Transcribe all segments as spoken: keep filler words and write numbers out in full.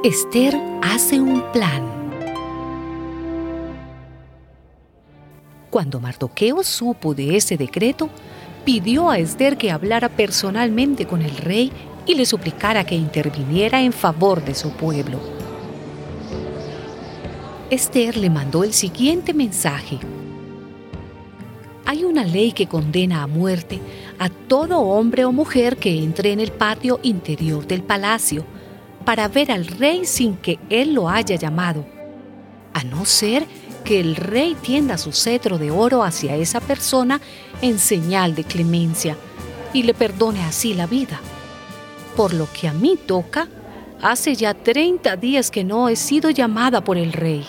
Ester hace un plan. Cuando Mardoqueo supo de ese decreto, pidió a Ester que hablara personalmente con el rey y le suplicara que interviniera en favor de su pueblo. Ester le mandó el siguiente mensaje: hay una ley que condena a muerte a todo hombre o mujer que entre en el patio interior del palacio para ver al rey sin que él lo haya llamado, a no ser que el rey tienda su cetro de oro hacia esa persona en señal de clemencia y le perdone así la vida. Por lo que a mí toca, hace ya treinta días que no he sido llamada por el rey.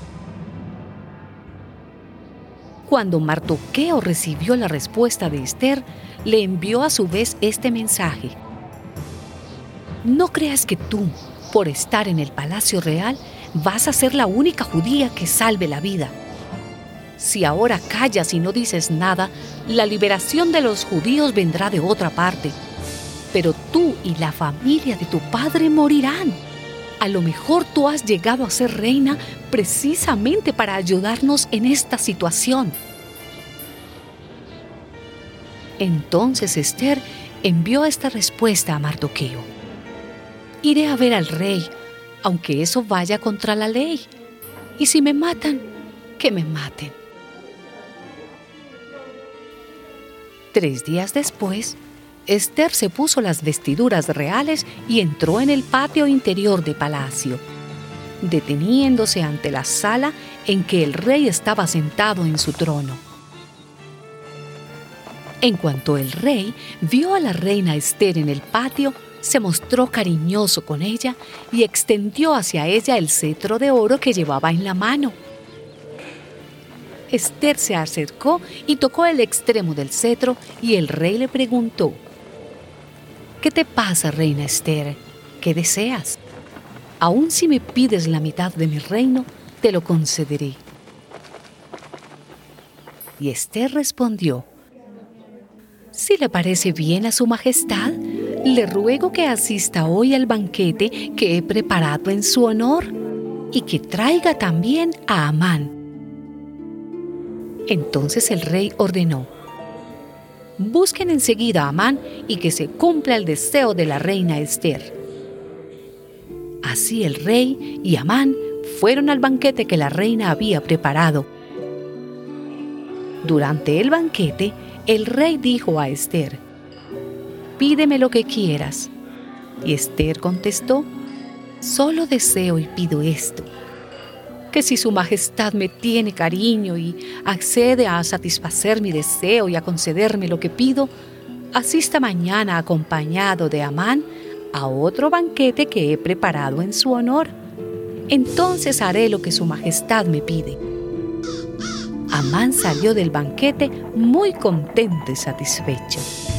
Cuando Mardoqueo recibió la respuesta de Ester, le envió a su vez este mensaje: no creas que tú, por estar en el palacio real, vas a ser la única judía que salve la vida. Si ahora callas y no dices nada, la liberación de los judíos vendrá de otra parte. Pero tú y la familia de tu padre morirán. A lo mejor tú has llegado a ser reina precisamente para ayudarnos en esta situación. Entonces Ester envió esta respuesta a Mardoqueo: iré a ver al rey, aunque eso vaya contra la ley. Y si me matan, que me maten. Tres días después, Ester se puso las vestiduras reales y entró en el patio interior del palacio, deteniéndose ante la sala en que el rey estaba sentado en su trono. En cuanto el rey vio a la reina Ester en el patio, se mostró cariñoso con ella y extendió hacia ella el cetro de oro que llevaba en la mano. Ester se acercó y tocó el extremo del cetro y el rey le preguntó: ¿qué te pasa, reina Ester? ¿Qué deseas? Aun si me pides la mitad de mi reino, te lo concederé. Y Ester respondió: si le parece bien a su majestad, le ruego que asista hoy al banquete que he preparado en su honor y que traiga también a Amán. Entonces el rey ordenó: busquen enseguida a Amán y que se cumpla el deseo de la reina Ester. Así el rey y Amán fueron al banquete que la reina había preparado. Durante el banquete, el rey dijo a Ester: pídeme lo que quieras. Y Ester contestó: solo deseo y pido esto, que si su majestad me tiene cariño y accede a satisfacer mi deseo y a concederme lo que pido, asista mañana acompañado de Amán a otro banquete que he preparado en su honor. Entonces haré lo que su majestad me pide. Amán salió del banquete muy contento y satisfecho.